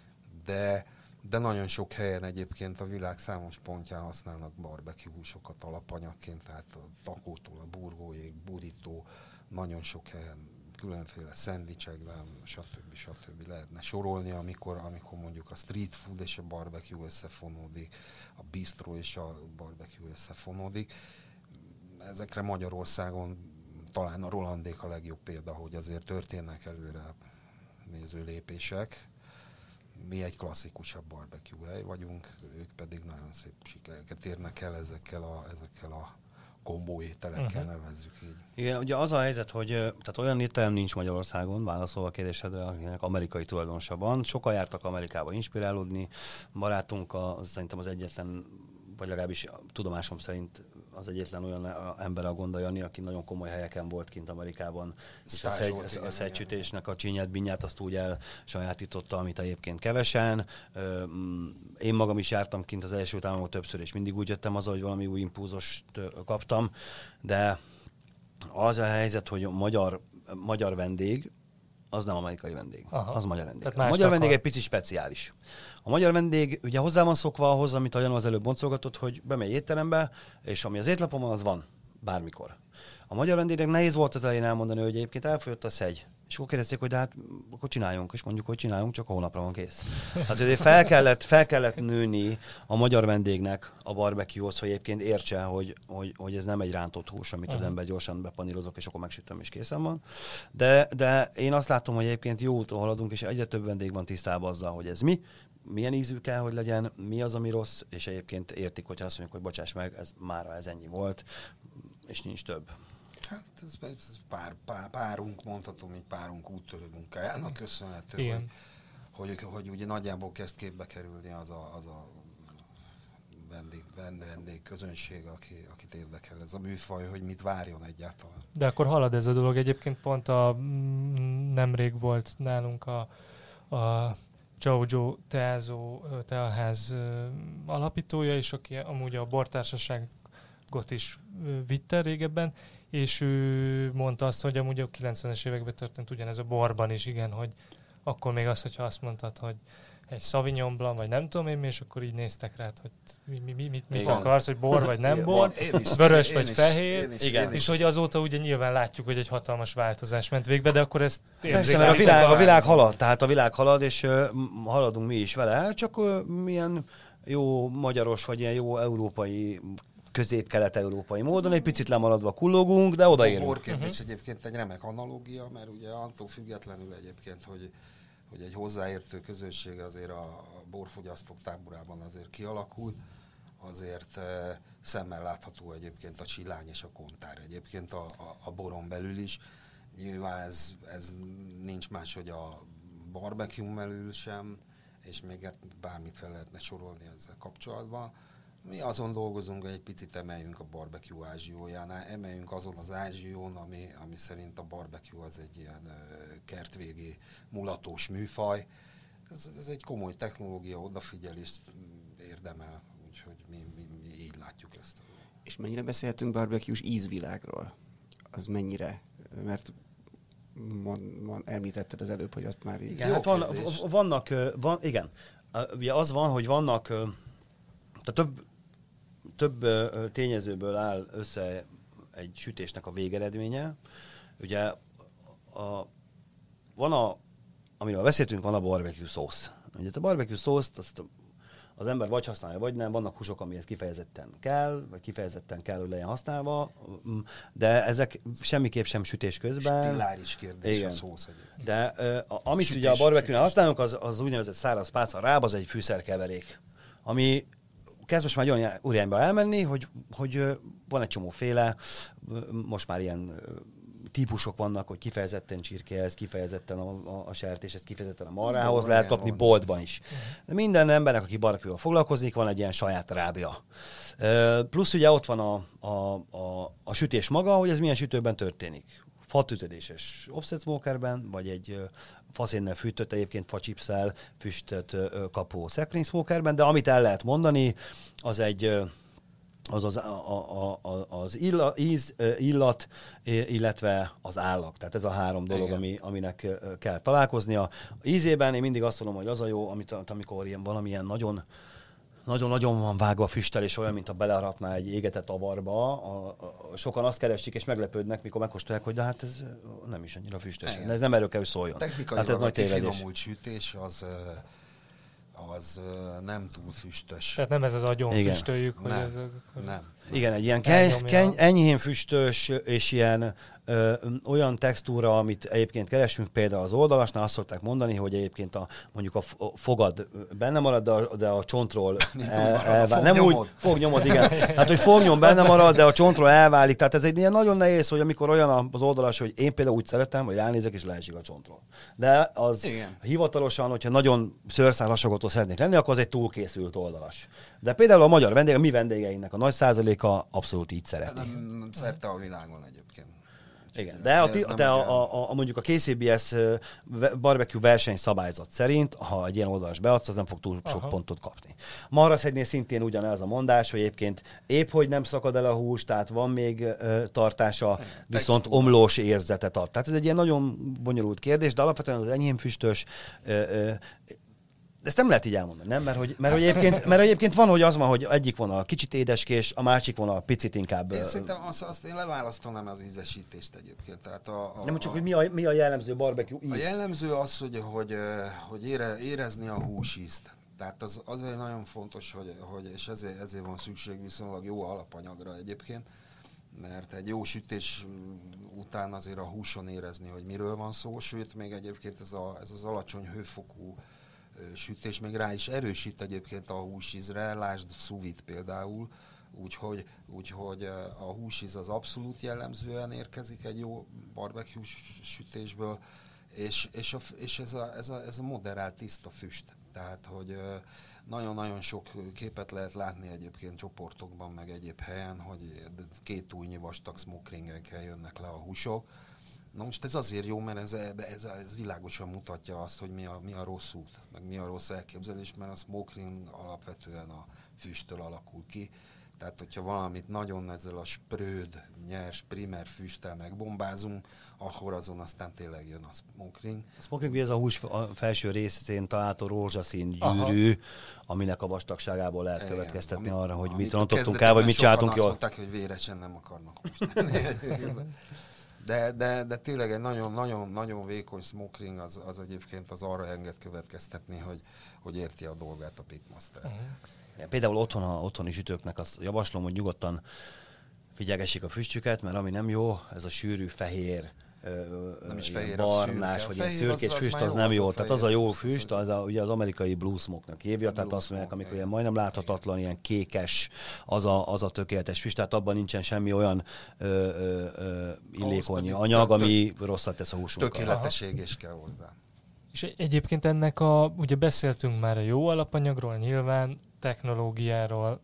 de, de nagyon sok helyen egyébként a világ számos pontján használnak barbecue húsokat alapanyagként, tehát a takótól a burgóig, burrito, nagyon sok helyen különféle szendvicsekben, stb. stb. Lehetne sorolni, amikor, amikor mondjuk a street food és a barbecue összefonódik, a bistro és a barbecue összefonódik. Ezekre Magyarországon talán a Rolandék a legjobb példa, hogy azért történnek előre néző lépések. Mi egy klasszikusabb barbecue hely vagyunk, ők pedig nagyon szép sikereket érnek el ezekkel a, ezekkel a kombó ételekkel, uh-huh. nevezzük így. Igen, ugye az a helyzet, hogy tehát olyan étterem nincs Magyarországon, válaszolva a kérdésedre, akinek amerikai tulajdonosa van. Sokan jártak Amerikába inspirálódni. Barátunk a, szerintem az egyetlen, vagy legalábbis tudomásom szerint az egyetlen olyan ember a Gonda Jani, aki nagyon komoly helyeken volt kint Amerikában, és a, szegy, volt, a szegysütésnek a csinyát, binyát azt úgy elsajátította, amit egyébként kevesen. Én magam is jártam kint az első támadon többször, és mindig úgy jöttem haza, hogy valami új impulzust kaptam, de az a helyzet, hogy a magyar, magyar vendég, az nem amerikai vendég, Aha. az magyar vendég. A magyar vendég egy picit speciális. A magyar vendég ugye hozzá van szokva ahhoz, amit a Jana az előbb boncolgatott, hogy bemegy étterembe, és ami az étlapon van, az van, bármikor. A magyar vendégnek nehéz volt az elején elmondani, hogy egyébként elfogyott a szegy. És akkor kérdezték, hogy de hát akkor csináljunk, és mondjuk, hogy csináljunk, csak a hónapra van kész. Hát azért fel kellett, fel kellett nőni a magyar vendégnek a barbecue-hoz, hogy egyébként értse, hogy, hogy, hogy ez nem egy rántott hús, amit uh-huh. az ember gyorsan bepanírozok, és akkor megsütöm, és készen van. De, de én azt látom, hogy egyébként jó úton haladunk, és egyre több vendég van tisztában azzal, hogy ez mi, milyen ízű kell, hogy legyen, mi az, ami rossz, és egyébként értik, hogyha azt mondjuk, hogy bocsáss meg, ez mára ez ennyi volt, és nincs több. Hát ez, ez pár, pár, párunk, mondhatom, így párunk úttörő munkájának köszönhető, hogy, hogy, hogy ugye nagyjából kezd képbe kerülni az a, az a vendég, vendég közönség, aki, akit érdekel ez a műfaj, hogy mit várjon egyáltalán. De akkor halad ez a dolog. Egyébként pont a nemrég volt nálunk a, a Jojo Teázó teaház alapítója, és aki amúgy a bortársaságot is vitte régebben, és ő mondta azt, hogy amúgy a kilencvenes években történt ugyanez a borban is, igen, hogy akkor még az, hogyha azt mondtad, hogy egy Sauvignon Blanc, vagy nem tudom én mi, és akkor így néztek rád, hogy mi, mi, mi, mit, mit akarsz, hogy bor vagy nem bor, is, vörös én, vagy én fehér, én is, igen. Én is. És hogy azóta ugye nyilván látjuk, hogy egy hatalmas változás ment végbe, de akkor ezt érzékelni. A világ, a világ halad, tehát a világ halad, és uh, haladunk mi is vele, csak uh, milyen jó magyaros, vagy ilyen jó európai, közép-kelet-európai módon, egy picit lemaradva kullogunk, de odaérünk. A borkérdés uh-huh. egyébként egy remek analógia, mert ugye attól függetlenül egyébként, hogy, hogy egy hozzáértő közönség azért a borfogyasztók táborában azért kialakul, azért e, szemmel látható egyébként a csillány és a kontár egyébként a, a, a boron belül is. Nyilván ez, ez nincs más, hogy a barbecue belül sem, és még bármit fel lehetne sorolni ezzel kapcsolatban. Mi azon dolgozunk, hogy egy picit emeljünk a barbecue ázsiójánál, emeljünk azon az ázsión, ami, ami szerint a barbecue az egy ilyen uh, kertvégi mulatós műfaj. Ez, ez egy komoly technológia, odafigyelést érdemel, úgyhogy mi, mi, mi így látjuk ezt. És mennyire beszélhetünk barbecue-s ízvilágról? Az mennyire? Mert mond, mond, említetted az előbb, hogy azt már így... Igen, hát van, vannak, van, igen. Ugye az van, hogy vannak, tehát több Több uh, tényezőből áll össze egy sütésnek a végeredménye. Ugye a, van a amiről beszéltünk, van a barbecue szósz. Ugye a barbecue szószt azt az ember vagy használja, vagy nem. Vannak húsok, amihez kifejezetten kell, vagy kifejezetten kell, hogy legyen használva, de ezek semmiképp sem sütés közben. Stiláris kérdés. Igen. A szósz egyébként. De uh, amit Sütés, ugye a barbecue-nál sütés. használunk, az, az úgynevezett száraz páca ráb, az egy fűszerkeverék, ami kezd most már egy olyan irányba elmenni, hogy, hogy uh, van egy csomóféle, uh, most már ilyen uh, típusok vannak, hogy kifejezetten csirkéhez, kifejezetten a, a, a sertéshez, kifejezetten a marhához lehet kapni boltban is. De minden embernek, aki barbecue-val foglalkozik, van egy ilyen saját rábja. Uh, plusz ugye ott van a, a, a, a sütés maga, hogy ez milyen sütőben történik. Fatütödéses offset smokerben, vagy egy uh, faszénnel fűtött, egyébként facsipszel füstöt uh, kapó szekrény smokerben, de amit el lehet mondani, az egy... Uh, az az, a, a, a, az illa, íz, illat, illetve az állag. Tehát ez a három dolog, ami, aminek kell találkoznia. Ízében én mindig azt mondom, hogy az a jó, amit, amikor ilyen valamilyen nagyon nagyon-nagyon van vágva füsttel, és olyan, mint a beleharapná egy égetett avarba. A, a, sokan azt keresik, és meglepődnek, mikor megkóstolják, hogy de hát ez nem is annyira füstös. De ez nem erről kell, hogy szóljon. Technikailag hát ez a nagy tévedés. kifinomult sütés az... az nem túl füstös. Tehát nem ez az agyon Igen. füstöljük, hogy Nem, ez... A... nem. Igen, egy ilyen keny, keny, enyhén füstös, és ilyen ö, olyan textúra, amit egyébként keresünk, például az oldalasnál azt szokták mondani, hogy egyébként a, mondjuk a fogad benne marad, de a, de a csontról el, elválik. Nem úgy, fognyomod, igen. Hát, hogy fognyom benne marad, de a csontról elválik. Tehát ez egy ilyen nagyon nehéz, hogy amikor olyan az oldalas, hogy én például úgy szeretem, hogy ránézek és leesik a csontról. De az igen. Hivatalosan, hogyha nagyon szőrszálhasogató szeretnék lenni, akkor az egy túlkészült oldalas. De például a magyar vendég, a mi vendégeinknek a nagy százaléka abszolút így szereti. Nem szerte a világon egyébként. Igen, de, a, de a, a, a, mondjuk a ká cé bé es barbecue versenyszabályzat szerint, ha egy ilyen oldalas beadsz, az nem fog túl sok Aha. pontot kapni. Marhaszegynél szintén ugyanez a mondás, hogy egyébként épp, hogy nem szakad el a hús, tehát van még uh, tartása, viszont omlós érzetet ad. Tehát ez egy ilyen nagyon bonyolult kérdés, de alapvetően az enyhén füstös, uh, uh, ezt nem lehet így elmondani, nem? Mert hogy, mert, hogy egyébként, mert egyébként van, hogy az van, hogy egyik vonal kicsit édeskés, a másik vonal picit inkább... Én szerintem azt, azt én leválasztanám az ízesítést egyébként. Tehát a, a, nem csak, hogy mi a, mi a jellemző barbecue íz. A jellemző az, hogy, hogy, hogy ére, érezni a húsízt. Tehát az, azért nagyon fontos, hogy, hogy és ezért, ezért van szükség viszonylag jó alapanyagra egyébként, mert egy jó sütés után azért a húson érezni, hogy miről van szó, sőt, még egyébként ez, a, ez az alacsony hőfokú sütés még rá is erősít egyébként a húsízre, lásd sous vide például, úgyhogy, úgyhogy a húsíz az abszolút jellemzően érkezik egy jó barbecue sütésből, és, és, a, és ez, a, ez, a, ez a moderált tiszta füst. Tehát, hogy nagyon-nagyon sok képet lehet látni egyébként csoportokban, meg egyéb helyen, hogy két túlnyi vastag smokringekkel jönnek le a húsok. Na most ez azért jó, mert ez, ez, ez világosan mutatja azt, hogy mi a, mi a rossz út, meg mi a rossz elképzelés, mert a smoking alapvetően a füsttől alakul ki. Tehát, hogyha valamit nagyon ezzel a spröd, nyers, primer füsttel megbombázunk, akkor azon aztán tényleg jön a smoking. A smoking ez a hús a felső részén található rózsaszín gyűrű, Aha. aminek a vastagságából lehet Igen, következtetni amit, arra, hogy mit rontottunk el, vagy mit csináltunk jól. Azt mondták, hogy véresen nem akarnak húst. De, de, de tényleg egy nagyon-nagyon vékony smoking az, az egyébként az arra enged következtetni, hogy, hogy érti a dolgát a pitmaster. Uh-huh. Például otthon a otthoni sütőknek azt javaslom, hogy nyugodtan figyelgessék a füstjüket, mert ami nem jó, ez a sűrű, fehér, nem is fehér, barnás, vagy ilyen szürkés füst, az, az nem jó. Tehát az a jó füst, az a, ugye az amerikai blue smoke-nak hívja, tehát azt mondják, amikor ilyen majdnem láthatatlan, ilyen kékes, az a, az a tökéletes füst, tehát abban nincsen semmi olyan ö, ö, ö, illékony anyag, ami rosszat tesz a húsunkkal. Tökéletes égés kell hozzá. És egyébként ennek a, ugye beszéltünk már a jó alapanyagról, nyilván technológiáról,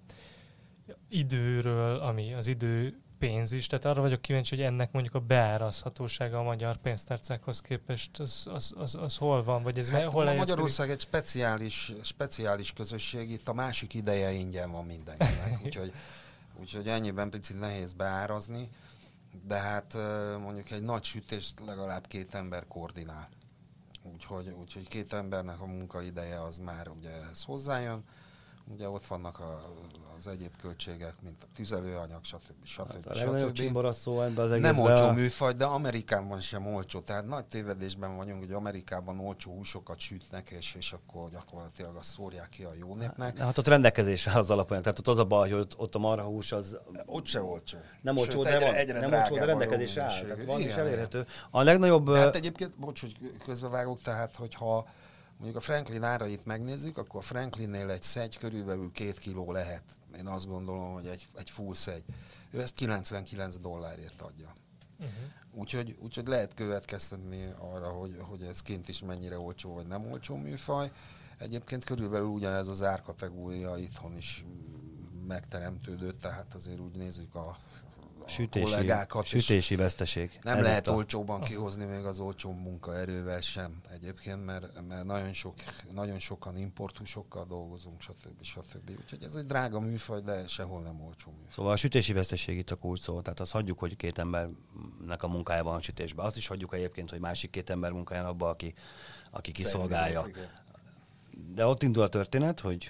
időről, ami az idő pénz is, tehát arra vagyok kíváncsi, hogy ennek mondjuk a beárazhatósága a magyar pénztárcákhoz képest, az, az, az, az hol van? Vagy ez hát hol Magyarország egy speciális, speciális közösség, itt a másik ideje ingyen van mindenkinek, úgyhogy, úgyhogy ennyiben picit nehéz beárazni, de hát mondjuk egy nagy sütést legalább két ember koordinál. Úgyhogy, úgyhogy két embernek a munkaideje az már ugye ez hozzájön, ugye ott vannak a, az egyéb költségek, mint a tüzelőanyag, stb. stb. Hát a legnagyobb stb. csimboraszó ebben az Nem egészben. olcsó a... műfaj, de Amerikában sem olcsó. Tehát nagy tévedésben vagyunk, hogy Amerikában olcsó húsokat sütnek, és, és akkor gyakorlatilag azt szórják ki a jó népnek. Hát ott rendelkezés az alapján. Tehát ott az a baj, hogy ott, ott a marhahús az... Ott se olcsó. Nem olcsó, Sőt, de egyre, van. egyre Nem olcsó, de drágább a jó rendelkezésre áll. minőségű. Tehát van is Igen, elérhető. A legnagyobb... Hát egyébként, bocs, hogy közbevágok, tehát hogyha mondjuk a Franklin árait megnézzük, akkor a Franklinnél egy szegy körülbelül két kiló lehet. Én azt gondolom, hogy egy, egy full szegy. Ő ezt kilencvenkilenc dollárért adja. Uh-huh. Úgyhogy, úgyhogy lehet következtetni arra, hogy, hogy ez kint is mennyire olcsó vagy nem olcsó műfaj. Egyébként körülbelül ugyanez az árkategória itthon is megteremtődött, tehát azért úgy nézzük a Sütési, kollégákat. sütési veszteség. Nem Ez lehet a... olcsóban kihozni még az olcsó munkaerővel sem egyébként, mert, mert nagyon, sok, nagyon sokan importhúsokkal dolgozunk, stb. stb. Úgyhogy ez egy drága műfaj, de sehol nem olcsó műfaj. Szóval a sütési veszteség itt a kulcs szó. Tehát azt hagyjuk, hogy két embernek a munkája van a sütésben. Azt is hagyjuk egyébként, hogy másik két ember munkája abban, aki, aki kiszolgálja. De ott indul a történet, hogy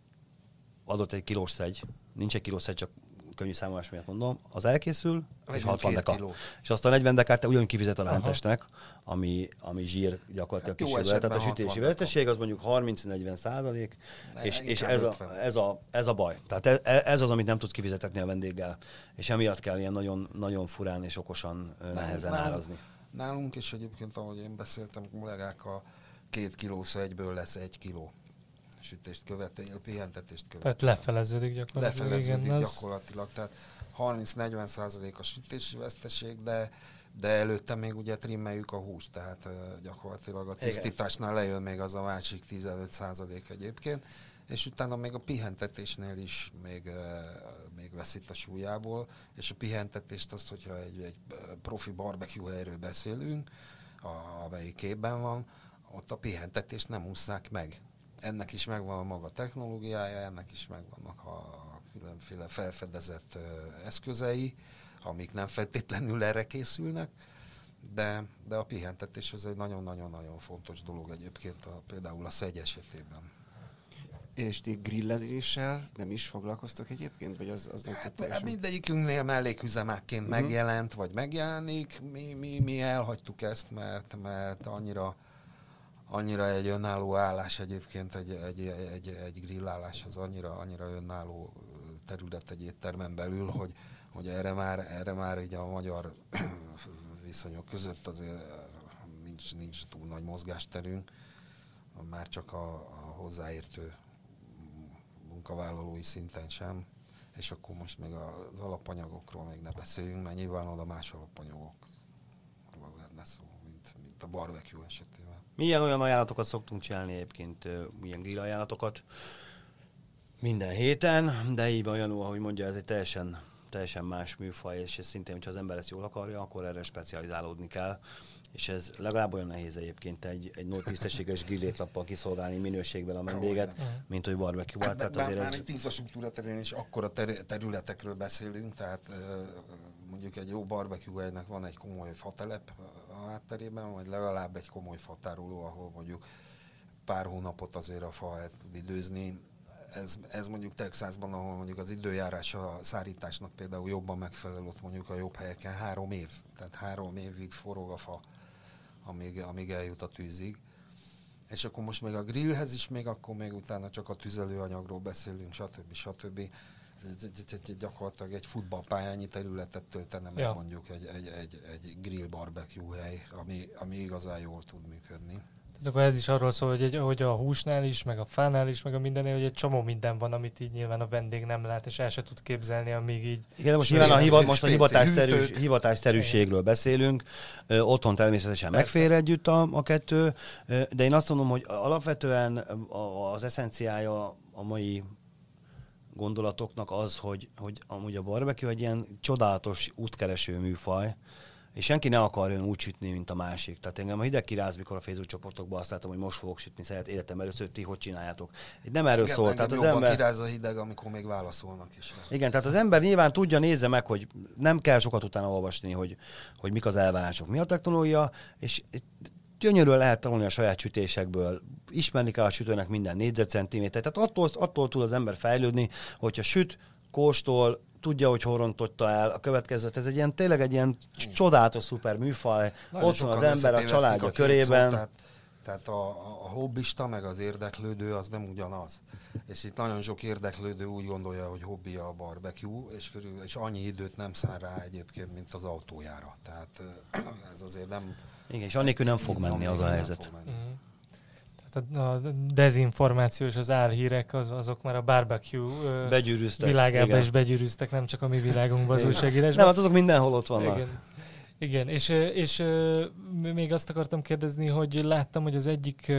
adott egy kilós szegy, nincs egy kilós szegy, csak könnyű számolás miatt mondom, az elkészül, és hatvan deka. Kiló. És azt a negyven dekát ugyanúgy kifizet a rántesnek, ami, ami zsír gyakorlatilag hát kisebb. Tehát a sütési veszteség az mondjuk harminc-negyven százalék, és, és ez, a, ez, a, ez a baj. Tehát ez az, amit nem tud kifizetetni a vendéggel, és emiatt kell ilyen nagyon, nagyon furán és okosan nehezen nálunk, árazni. Nálunk is egyébként, ahogy én beszéltem kollégákkal, két kiló egyből lesz egy kiló sütést követően, pihentetést követően. Tehát lefeleződik gyakorlatilag. Lefeleződik igen, gyakorlatilag, tehát harminc-negyven százalék a sütési veszteség, de, de előtte még ugye trimmeljük a húst, tehát uh, gyakorlatilag a tisztításnál lejön még az a másik tizenöt százalék egyébként, és utána még a pihentetésnél is még, uh, még veszít a súlyából, és a pihentetést azt, hogyha egy, egy profi barbecue helyről beszélünk, a, amelyik képben van, ott a pihentetést nem ússzák meg. Ennek is megvan a maga technológiája, ennek is megvannak a különféle felfedezett uh, eszközei, amik nem feltétlenül erre készülnek, de, de a pihentetés az egy nagyon-nagyon-nagyon fontos dolog egyébként a, például a szegy esetében. És ti grillezéssel nem is foglalkoztok egyébként? Vagy az, az hát, mindegyikünknél melléküzemákként uh-huh. megjelent, vagy megjelenik. Mi, mi, mi elhagytuk ezt, mert, mert annyira annyira egy önálló állás egyébként, egy, egy, egy, egy grillálás az annyira, annyira önálló terület egy éttermen belül, hogy, hogy erre már, erre már így a magyar viszonyok között azért nincs, nincs túl nagy mozgásterünk, már csak a, a hozzáértő munkavállalói szinten sem, és akkor most még az alapanyagokról még ne beszéljünk, mert nyilván oda más alapanyagokról lenne szó, mint, mint a barbecue esetében. Milyen olyan ajánlatokat szoktunk csinálni egyébként, milyen grill ajánlatokat minden héten, de így olyan, ahogy mondja, ez egy teljesen, teljesen más műfaj, és szintén, hogyha az ember ezt jól akarja, akkor erre specializálódni kell. És ez legalább olyan nehéz egyébként egy, egy nagy tisztességes grillétlappal kiszolgálni minőségben a vendéget, oh, mint hogy barbecue-val. Hát, tehát azért azért ez... itt infrastruktúra terén is akkora ter- területekről beszélünk, tehát mondjuk egy jó barbecue helynek van egy komoly fatelep a hátterében, vagy legalább egy komoly fatároló, ahol mondjuk pár hónapot azért a fa el tud időzni. Ez, ez mondjuk Texasban, ahol mondjuk az időjárás a szárításnak például jobban megfelel, ott mondjuk a jobb helyeken három év. Tehát három évig forog a fa, amíg, amíg eljut a tűzig. És akkor most még a grillhez is, még akkor még utána csak a tüzelőanyagról beszélünk, stb. stb. Gyakorlatilag egy futballpályányi területet töltene meg ja. mondjuk egy, egy, egy, egy grill barbecue hely, ami, ami igazán jól tud működni. Tehát akkor ez is arról szól, hogy, egy, hogy a húsnál is, meg a fánál is, meg a mindennél, hogy egy csomó minden van, amit így nyilván a vendég nem lát, és el se tud képzelni, amíg így... Igen, de most nyilván a, hivat, most a hivatásszerűs, hivatásszerűségről beszélünk. Ö, otthon természetesen Persze. megfér együtt a, a kettő, ö, de én azt mondom, hogy alapvetően az eszenciája a mai gondolatoknak az, hogy, hogy amúgy a barbecue egy ilyen csodálatos útkereső műfaj, és senki ne akarjon úgy sütni, mint a másik. Tehát engem a hideg kiráz, mikor a Facebook csoportokban azt látom, hogy most fogok sütni, szeretem életem először, ti hogy csináljátok. Nem erről szól. Tehát az ember kiráz a hideg, amikor még válaszolnak is. Igen, tehát az ember nyilván tudja, nézze meg, hogy nem kell sokat utána olvasni, hogy, hogy mik az elvárások, mi a technológia, és gyönyörűen lehet tanulni a saját sütésekből, ismerni kell a sütőnek minden négyzetcentimétert, tehát attól, attól tud az ember fejlődni, hogyha süt, kóstol, tudja, hogy hol rontotta el a következőt. Ez egy ilyen, tényleg egy ilyen csodálatos, szuper műfaj. Nagyon ott van az sokan ember a családja a körében. Szót, tehát, tehát a, a hobbista meg az érdeklődő az nem ugyanaz. És itt nagyon sok érdeklődő úgy gondolja, hogy hobbija a barbecue, és, körül, és annyi időt nem szán rá egyébként, mint az autójára. Tehát ez azért nem... Igen, és annélkül nem fog menni az a helyzet. Tehát a dezinformáció és az álhírek az, azok már a barbecue világában igen. is begyűrűztek, nem csak a mi világunkban az újságírásban. Nem, hát azok mindenhol ott vannak. Igen. Igen, és, és még azt akartam kérdezni, hogy láttam, hogy az egyik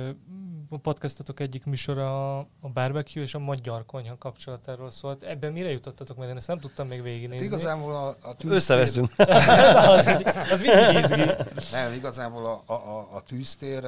a podcastotok egyik műsora a barbecue és a magyar konyha kapcsolatáról szólt. Ebben mire jutottatok meg? Én ezt nem tudtam még végignézni. Hát igazából a, a tűztér... Összevesztünk. az, az mindig izgi. Nem, igazából a, a, a tűztér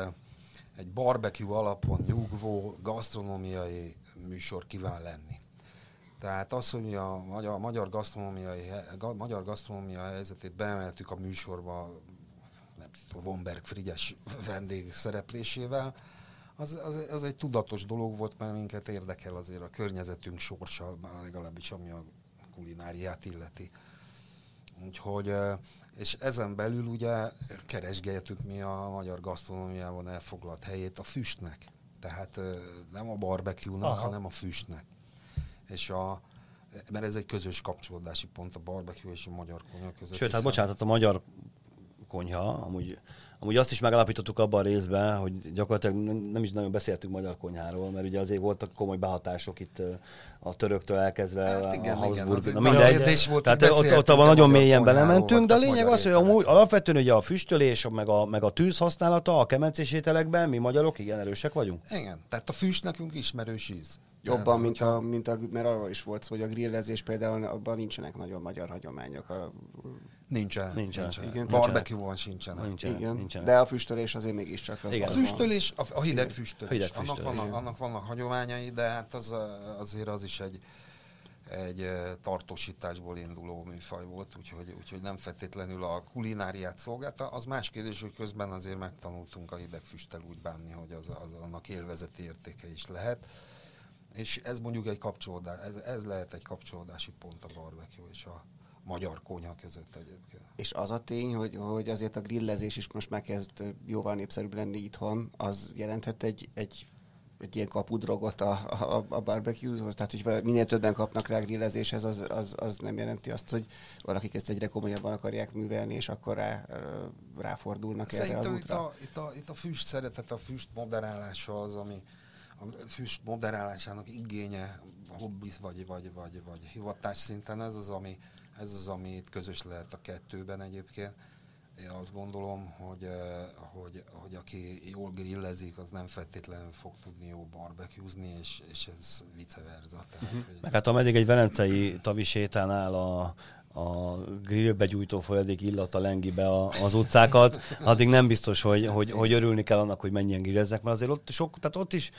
egy barbecue alapon nyugvó gasztronómiai műsor kíván lenni. Tehát az, hogy a magyar, magyar, gasztronómiai, magyar gasztronómia helyzetét beemeltük a műsorba, nem tudom, Vonberg Frigyes vendég szereplésével, az, az, az egy tudatos dolog volt, mert minket érdekel azért a környezetünk sorsa, legalábbis ami a kulináriát illeti. Úgyhogy, és ezen belül ugye keresgéltük mi a magyar gasztronómiában elfoglalt helyét a füstnek. Tehát nem a barbecue-nak, aha. hanem a füstnek. És a, mert ez egy közös kapcsolódási pont a barbecue és a magyar konyha között. Sőt, hát bocsánat, a magyar konyha, amúgy, amúgy azt is megalapítottuk abban a részben, hogy gyakorlatilag nem is nagyon beszéltünk magyar konyháról, mert ugye azért voltak komoly behatások itt a töröktől elkezdve hát igen, a Habsburg. Igen, Na mindegy, volt, tehát ott, ott abban nagyon mélyen belementünk, de a lényeg az, hogy amúgy, alapvetően ugye a füstölés, meg a, meg a tűz használata a kemencés ételekben, mi magyarok igen erősek vagyunk. Igen, tehát a füst nekünk ismerős íz. Jobban, mint a, mint a, mert arról is volt szó, hogy a grillezés például abban nincsenek nagyon magyar hagyományok. A... Nincsen. Nincsen. nincsen. Igen, barbecue-ban sincsenek. Nincsen. Igen, nincsenek. De a füstölés azért mégiscsak az. Igen. A füstölés, a, a hideg füstölés. Hideg annak, füstölés. vannak, annak vannak hagyományai, de hát az, azért az is egy, egy tartósításból induló műfaj volt, úgyhogy, úgyhogy nem feltétlenül a kulináriát szolgálta. Az más kérdés, hogy közben azért megtanultunk a hideg füsttel úgy bánni, hogy az, az annak élvezeti értéke is lehet. És ez mondjuk egy kapcsolódás, ez, ez lehet egy kapcsolódási pont a barbecue és a magyar konyha között egyébként. És az a tény, hogy, hogy azért a grillezés is most már kezd jóval népszerűbb lenni itthon, az jelenthet egy, egy, egy ilyen kapudrogot a, a, a barbecue-hoz? Tehát, hogy minél többen kapnak rá grillezéshez, az, az, az nem jelenti azt, hogy valakik ezt egyre komolyabban akarják művelni, és akkor rá, ráfordulnak szerintem erre az útra? Itt a, itt, a, itt a füst szeretet, a füst moderálása az, ami a füst moderálásának igénye, hobbi vagy, vagy, vagy, vagy hivatás szinten, ez az, ami, ez az, ami itt közös lehet a kettőben egyébként. Én azt gondolom, hogy, hogy, hogy aki jól grillezik, az nem feltétlenül fog tudni jó barbecuezni, és, és ez vice versa. Tehát, uh-huh. hogy... Hát ameddig egy velencei tavi sétánál a a grillbe gyújtó folyadék illata lengi be a, az utcákat, addig nem biztos, hogy, hogy, hogy örülni kell annak, hogy mennyien grilleznek, mert azért ott sok, tehát ott is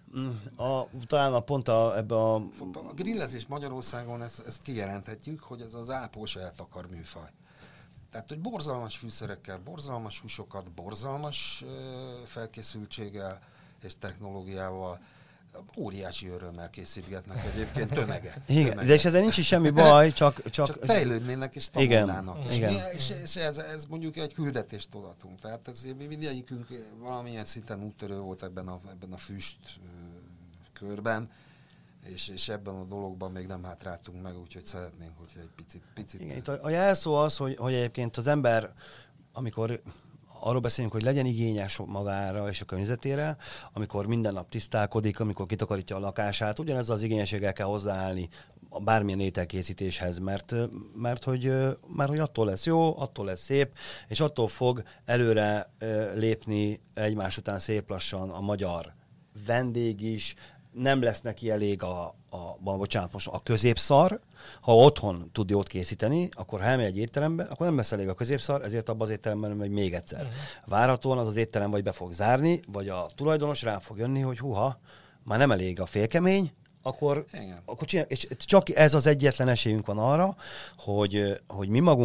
a, talán a pont a, ebbe a... A grillezés Magyarországon, ezt, ezt kijelenthetjük, hogy ez az ápós eltakar műfaj. Tehát, hogy borzalmas fűszerekkel, borzalmas húsokat, borzalmas uh, felkészültséggel és technológiával óriási örömmel készítgetnek egyébként tömege. Igen, tömege. De és ezzel nincs is semmi baj, csak... Csak, csak fejlődnének és tanulnának. Igen, és, igen. Mi, és, és ez, ez mondjuk egy küldetést tudatunk. Tehát ez, mi mindegyikünk valamilyen szinten úttörő volt ebben a, ebben a füst uh, körben, és, és ebben a dologban még nem hátráltunk meg, úgyhogy szeretnénk, hogyha egy picit... picit... Igen, itt a, a jelszó az, hogy, hogy egyébként az ember, amikor... arról beszélünk, hogy legyen igényes magára és a környezetére, amikor minden nap tisztálkodik, amikor kitakarítja a lakását, ugyanez az igényességgel kell hozzáállni a bármilyen ételkészítéshez, mert, mert, hogy, mert hogy attól lesz jó, attól lesz szép, és attól fog előre lépni egymás után szép lassan a magyar vendég is, nem lesz neki elég a, a, bocsánat, most a középszar. Ha otthon tud jót készíteni, akkor ha elmegy egy étterembe, akkor nem lesz elég a középszar, ezért abban az étteremben megy még egyszer. Uh-huh. Várhatóan az az étterem vagy be fog zárni, vagy a tulajdonos rá fog jönni, hogy huha, már nem elég a félkemény, akkor, akkor csinál, és csak ez az egyetlen esélyünk van arra, hogy, hogy mi magunk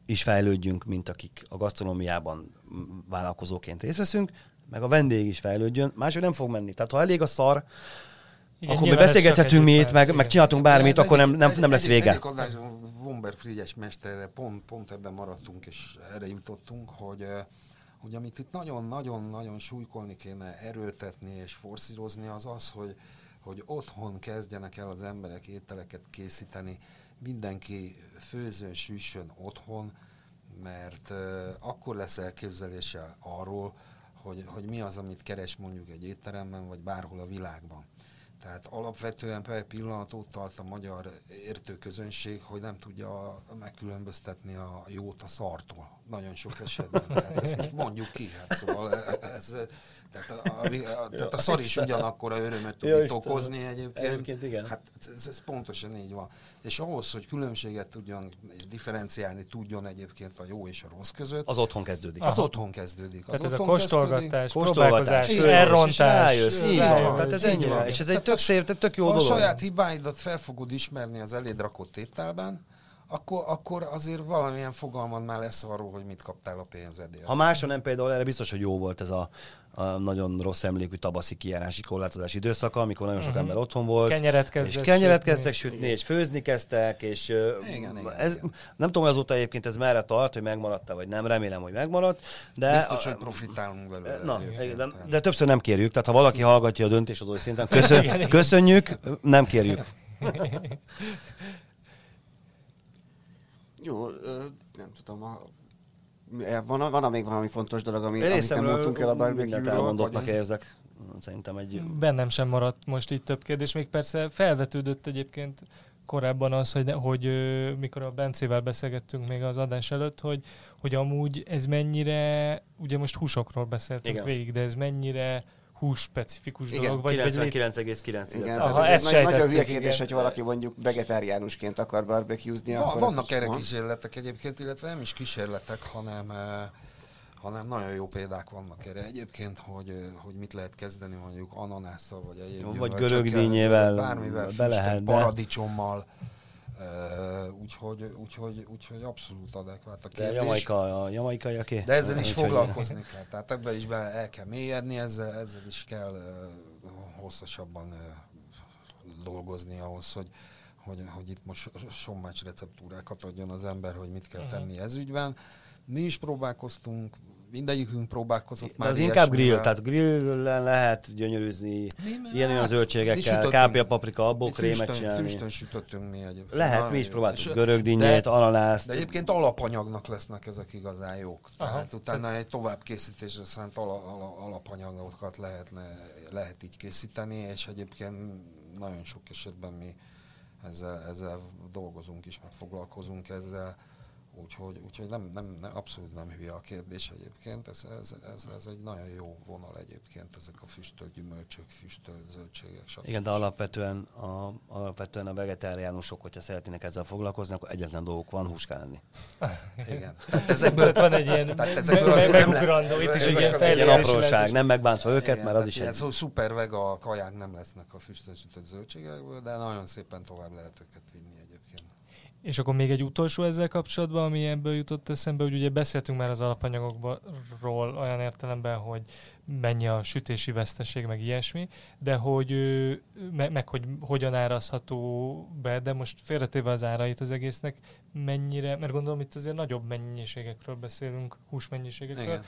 is fejlődjünk, mint akik a gasztronómiában vállalkozóként részt veszünk, meg a vendég is fejlődjön, máshogy nem fog menni. Tehát ha elég a szar, igen, akkor mi beszélgethetünk mi itt, meg, meg csináltunk bármit, akkor nem, nem, nem lesz vége. Egyik adás, Womberg Frigyes mesterre pont, pont ebben maradtunk, és erre jutottunk, hogy, hogy amit itt nagyon-nagyon-nagyon súlykolni kéne, erőltetni és forszírozni, az az, hogy, hogy otthon kezdjenek el az emberek ételeket készíteni, mindenki főzön, süssön otthon, mert uh, akkor lesz elképzelése arról, hogy, hogy mi az, amit keres mondjuk egy étteremben, vagy bárhol a világban. Tehát alapvetően per pillanat ott tart a magyar értőközönség, hogy nem tudja megkülönböztetni a jót a szartól. Nagyon sok esetben. Tehát ezt most mondjuk ki. Hát szóval ez, tehát, a, a, tehát a szar is ugyanakkor a örömet tud itt okozni egyébként. egyébként igen. Hát ez, ez pontosan így van. És ahhoz, hogy különbséget tudjon és differenciálni tudjon egyébként a jó és a rossz között. Az otthon kezdődik. Az otthon kezdődik. Tehát az ez a kóstolgatás, próbálkozás, elrontás. Rájössz, így van. Tehát ez ennyire. És ez egy tök szép, tök jó dolog. Ha a saját hibáidat fel fogod ismerni az eléd rakott ételben, akkor, akkor azért valamilyen fogalmad már lesz arról, hogy mit kaptál a pénzedért. Ha máshol nem, például erre biztos, hogy jó volt ez a, a nagyon rossz emlékű tavaszi kijárási korlátozási időszaka, amikor nagyon sok uh-huh. ember otthon volt. Kenyeret és kenyeret kezdtek sütni, sütni és főzni kezdtek, és igen, igen, ez, igen. nem tudom, hogy azóta egyébként ez merre tart, hogy megmaradt-e, vagy nem, remélem, hogy megmaradt. De biztos, hogy profitálunk belőle. Na, de, de többször nem kérjük, tehát ha valaki hallgatja a döntéshozói szinten, köszön, köszönjük, nem kérjük. Jó, nem tudom, a, van, van még valami fontos dolog, ami, amit nem mondtunk el a barbecue-ról? Mindent elmondottnak érzek. Szerintem egy... Bennem sem maradt most itt több kérdés, még persze felvetődött egyébként korábban az, hogy, hogy mikor a Bencével beszélgettünk még az adás előtt, hogy, hogy amúgy ez mennyire, ugye most húsokról beszéltünk igen. végig, de ez mennyire hús-specifikus igen, dolog. Vagy kilencvenkilenc egész kilenc. Igen, aha, ez egy nagyon hülye kérdés, hogy valaki mondjuk vegetáriánusként akar barbecuezni. Va, vannak erre kísérletek egyébként, illetve nem is kísérletek, hanem, hanem nagyon jó példák vannak erre egyébként, hogy, hogy mit lehet kezdeni mondjuk ananásszal, vagy egyéb vagy görögdínyével, bármivel, be lehet, paradicsommal. Uh, úgyhogy, úgyhogy, úgyhogy abszolút adekvát a kérdés. De a jamaika, a jamaikaiaké. De ezzel is foglalkozni kell. Tehát ebben is be el kell mélyedni, ezzel, ezzel is kell uh, hosszasabban uh, dolgozni ahhoz, hogy, hogy, hogy itt most sommács receptúrákat adjon az ember, hogy mit kell tenni ez ügyben. Mi is próbálkoztunk, mindegyikünk próbálkozott de már. az inkább grill, tehát grillen lehet gyönyörűzni, ilyen olyan hát, zöldségekkel, kápia, paprika, abból krémet csinálni. Füstön sütöttünk mi egyébként. Lehet, na, mi is próbáltuk görögdínyét, ananászt. De egyébként alapanyagnak lesznek ezek igazán jók. Aha. Tehát utána egy továbbkészítésre szánt ala, ala, alapanyagokat lehetne, lehet így készíteni, és egyébként nagyon sok esetben mi ezzel, ezzel dolgozunk is, meg foglalkozunk ezzel. Úgyhogy, úgyhogy nem, nem, nem, abszolút nem hülye a kérdés egyébként, ez, ez, ez, ez egy nagyon jó vonal egyébként, ezek a füstölt gyümölcsök, füstölt zöldségek, stb. Igen, de alapvetően a, alapvetően a vegetáriánusok, hogyha szeretnének ezzel foglalkozni, akkor egyetlen dolgok van, hús kell enni. Igen. Tehát ezekből van egy ilyen megugrandó, itt is egy ilyen fejlődési apróság, nem megbántva őket, igen, mert az is egy... Szóval szuper vega kaják nem lesznek a füstölt sütött zöldségekből, de nagyon szépen tovább lehet őket vinni egyébként. És akkor még egy utolsó ezzel kapcsolatban, ami ebből jutott eszembe, hogy ugye beszéltünk már az alapanyagokról olyan értelemben, hogy mennyi a sütési veszteség, meg ilyesmi, de hogy meg, meg hogy hogyan árazható be, de most félretéve az árait az egésznek, mennyire, mert gondolom itt azért nagyobb mennyiségekről beszélünk, húsmennyiségekről, igen.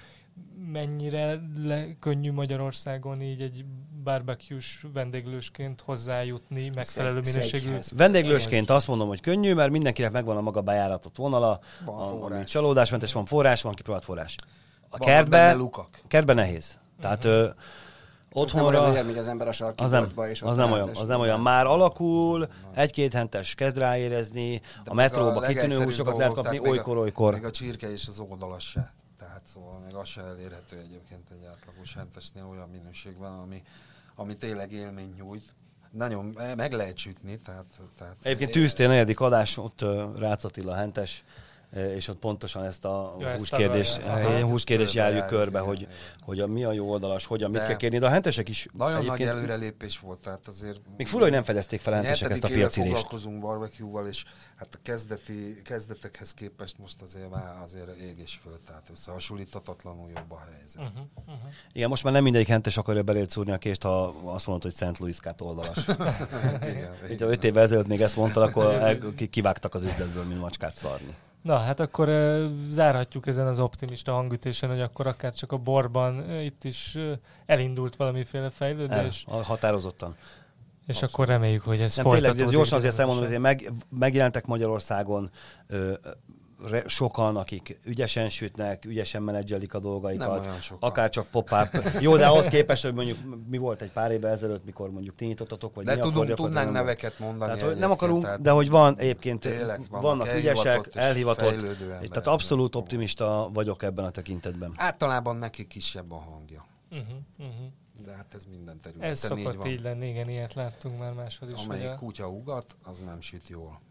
Mennyire le, könnyű Magyarországon így egy barbecue-s vendéglősként hozzájutni megfelelő minőségű... Vendéglősként azt mondom, hogy könnyű, mert mindenkinek megvan a maga bejáratott vonala, ami csalódásmentes, van forrás, van kipróbált forrás. A kertben kertbe nehéz. Tehát uh-huh. ö, otthonra... Az nem olyan, az ember a sarki az nem, és az nem olyan, az nem olyan. Már alakul, egy-két hentes kezd ráérezni, de a metróba kitűnő húsokat lehet kapni olykor-olykor. Még a csirke és az oldala se. Tehát szóval még az se elérhető egyébként egy átlagos hentesnél olyan minőségben, ami, ami tényleg élmény nyújt. Nagyon meg lehet sütni. Tehát, tehát egyébként tűztél negyedik adás, ott uh, Rácz Attila hentes és ott pontosan ezt a Ja, ezt húskérdés, tagadják. hát, húskérdés járjuk járjuk, körbe, igen, hogy, igen. hogy a, mi a jó oldalas, hogyan, mit De kell kérni, de a hentesek is Nagyon nagy egyébként- előrelépés volt, tehát azért... Még fura, hogy nem fedezték fel a hentesek ezt a Nyolcadik éve piacirést. foglalkozunk barbecue-val, és hát a kezdeti, kezdetekhez képest most azért már azért ég és föld, tehát összehasonlíthatatlanul jobb a helyzet. Uh-huh, uh-huh. Igen, most már nem mindegyik hentes akarja beléd szúrni a kést, ha azt mondod, hogy Szent Louis Cat oldalas. Igen, Itt öt évvel ezelőtt még ezt mondtad, akkor el- ki- kivágtak az üzletből, mint macskát szarni. Na, hát akkor uh, zárhatjuk ezen az optimista hangütésen, hogy akkor akár csak a borban uh, itt is uh, elindult valamiféle fejlődés, El, határozottan. és abszolút. akkor reméljük, hogy ez Nem, tényleg, folytatódik. ez gyorsan azért ezt elmondom, hogy rendesen. azért meg, megjelentek Magyarországon ö, re, sokan, akik ügyesen sütnek, ügyesen menedzselik a nem dolgaikat, olyan sokan. akár csak pop-up. Jó, de ahhoz képest, hogy mondjuk mi volt egy pár évvel ezelőtt, mikor mondjuk ti nyitottatok, vagy De mi tudunk, akkor tudnánk gyakorlatilag- neveket mondani. Tehát, hogy nem egyébként, akarunk, tehát de hogy van egyébként, tényleg vannak vannak elhivatott ügyesek, és elhivatott, fejlődő emberek. tehát abszolút optimista vagyok ebben a tekintetben. Általában neki kisebb a hangja. Uh-huh, uh-huh. De hát ez minden területen Ez így szokott van. így lenni, igen, ilyet láttunk már máshol is. Amelyik hogy a- kutya ugat, az nem süt jól.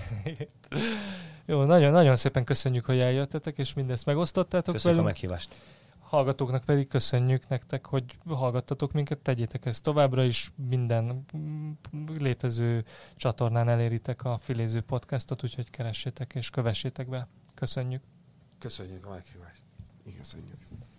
Jó, nagyon, nagyon szépen köszönjük, hogy eljöttetek, és mindezt megosztottátok Köszönjük a velünk. meghívást. Hallgatóknak pedig köszönjük nektek, hogy hallgattatok minket, tegyétek ezt továbbra is, minden mm, létező csatornán eléritek a Filéző podcastot, úgyhogy keressétek és kövessétek be. Köszönjük. Köszönjük a meghívást. Köszönjük.